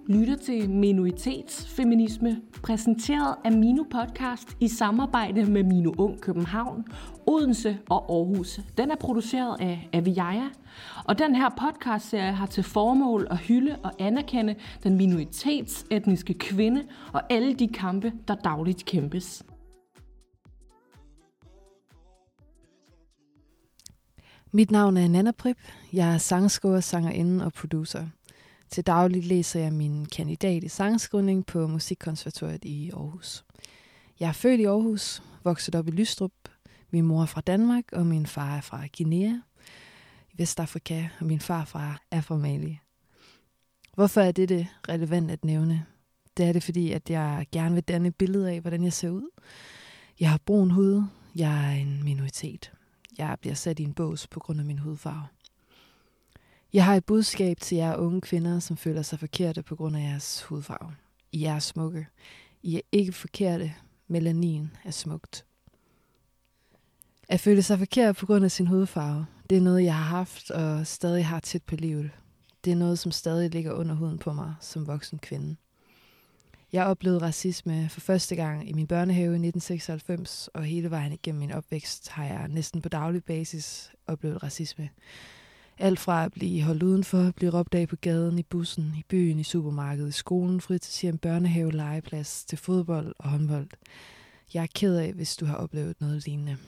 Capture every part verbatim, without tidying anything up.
lytter til Minoritetsfeminisme, præsenteret af Mino Podcast i samarbejde med Mino Ung København, Odense og Aarhus. Den er produceret af Aviaja, og den her podcastserie har til formål at hylde og anerkende den minoritetsetniske kvinde og alle de kampe, der dagligt kæmpes. Mit navn er Nanna Prip. Jeg er sangskriver, sangerinde og producer. Til daglig læser jeg min kandidat i sangskrivning på Musikkonservatoriet i Aarhus. Jeg er født i Aarhus, vokset op i Lystrup. Min mor er fra Danmark, og min far er fra Guinea i Vestafrika, og min farfar er fra Mali. Hvorfor er det det relevant at nævne? Det er det, fordi at jeg gerne vil danne et billede af, hvordan jeg ser ud. Jeg har brun hud. Jeg er en minoritet. Jeg bliver sat i en bås på grund af min hudfarve. Jeg har et budskab til jer unge kvinder, som føler sig forkerte på grund af jeres hudfarve. I er smukke. I er ikke forkerte. Melanin er smukt. At føle sig forkert på grund af sin hudfarve, det er noget, jeg har haft og stadig har tæt på livet. Det er noget, som stadig ligger under huden på mig som voksen kvinde. Jeg oplevede racisme for første gang i min børnehave i nitten seksoghalvfems, og hele vejen igennem min opvækst har jeg næsten på daglig basis oplevet racisme. Alt fra at blive holdt udenfor, blive råbt af på gaden, i bussen, i byen, i supermarkedet, i skolen, fritidshjem, børnehave, legeplads, til fodbold og håndbold. Jeg er ked af, hvis du har oplevet noget lignende.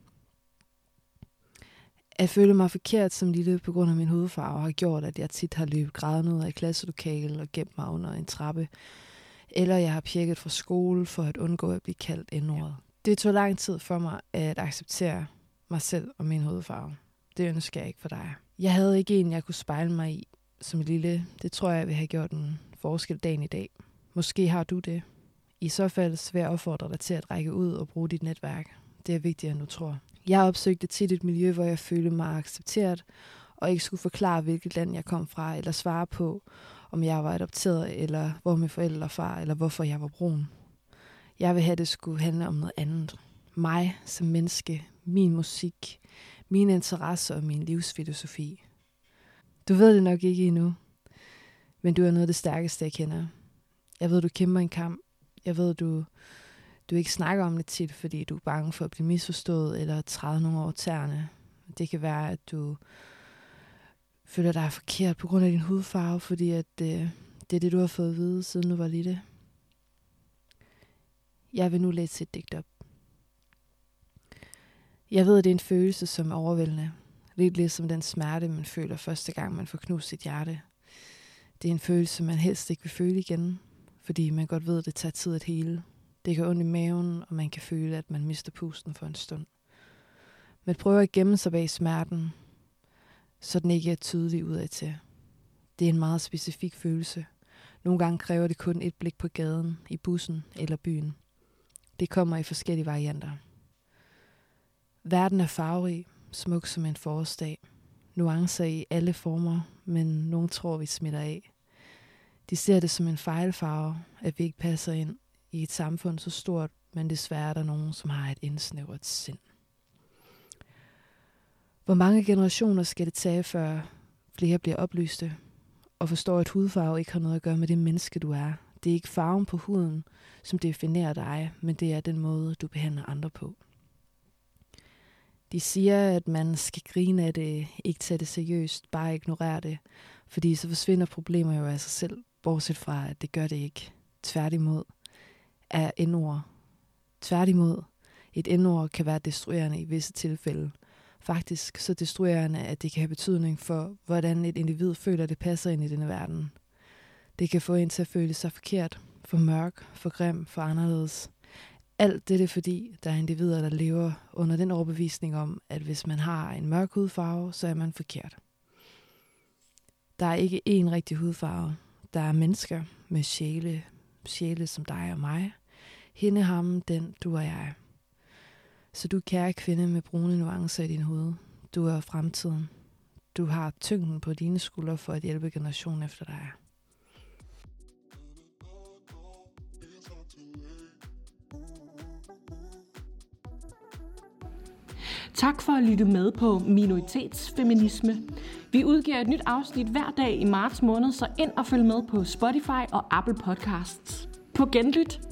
At føle mig forkert som lille på grund af min hudfarve har gjort, at jeg tit har løbet grædende ud af klasselokalet og gemt mig under en trappe. Eller jeg har pjekket fra skole for at undgå at blive kaldt n-ordet. Det tog lang tid for mig at acceptere mig selv og min hudfarve. Det ønsker jeg ikke for dig. Jeg havde ikke en, jeg kunne spejle mig i som lille. Det tror jeg vil have gjort en forskel dagen i dag. Måske har du det. I så fald vil jeg opfordre dig til at række ud og bruge dit netværk. Det er vigtigere, end du tror. Jeg opsøgte tit et miljø, hvor jeg følte mig accepteret, og ikke skulle forklare, hvilket land jeg kom fra, eller svare på, om jeg var adopteret, eller hvor mine forældre far, eller hvorfor jeg var brun. Jeg vil have, at det skulle handle om noget andet. Mig som menneske, min musik, mine interesser og min livsfilosofi. Du ved det nok ikke endnu, men du er noget af det stærkeste, jeg kender. Jeg ved, du kæmper en kamp. Jeg ved, du, du ikke snakker om det tit, fordi du er bange for at blive misforstået eller træde nogle over tæerne. Det kan være, at du føler dig forkert på grund af din hudfarve, fordi at, øh, det er det, du har fået at vide, siden du var lille. Jeg vil nu læse et digt op. Jeg ved, at det er en følelse, som er overvældende. Lidt ligesom den smerte, man føler første gang, man får knust sit hjerte. Det er en følelse, man helst ikke vil føle igen, fordi man godt ved, at det tager tid at hele. Det gør ondt i maven, og man kan føle, at man mister pusten for en stund. Man prøver at gemme sig bag smerten, så den ikke er tydelig udadtil. Det er en meget specifik følelse. Nogle gange kræver det kun et blik på gaden, i bussen eller byen. Det kommer i forskellige varianter. Verden er farverig, smuk som en forårsdag. Nuancer i alle former, men nogen tror, vi smitter af. De ser det som en fejlfarve, at vi ikke passer ind i et samfund så stort, men desværre er der nogen, som har et indsnævret sind. Hvor mange generationer skal det tage, før flere bliver oplyste og forstår, at hudfarve ikke har noget at gøre med det menneske, du er? Det er ikke farven på huden, som definerer dig, men det er den måde, du behandler andre på. De siger, at man skal grine af det, ikke tage det seriøst, bare ignorere det, fordi så forsvinder problemer jo af sig selv, bortset fra, at det gør det ikke. Tværtimod er n-ord. Tværtimod, et n-ord kan være destruerende i visse tilfælde. Faktisk så destruerende, at det kan have betydning for, hvordan et individ føler, det passer ind i denne verden. Det kan få en til at føle sig forkert, for mørk, for grim, for anderledes. Alt det er fordi, der er individer, der lever under den overbevisning om, at hvis man har en mørk hudfarve, så er man forkert. Der er ikke én rigtig hudfarve. Der er mennesker med sjæle, sjæle som dig og mig. Hende, ham, den, du og jeg. Så du kære kvinde med brune nuancer i din hoved. Du er fremtiden. Du har tyngden på dine skuldre for at hjælpe generationen efter dig. Tak for at lytte med på Minoritetsfeminisme. Vi udgiver et nyt afsnit hver dag i marts måned, så ind og følg med på Spotify og Apple Podcasts. På genlyt!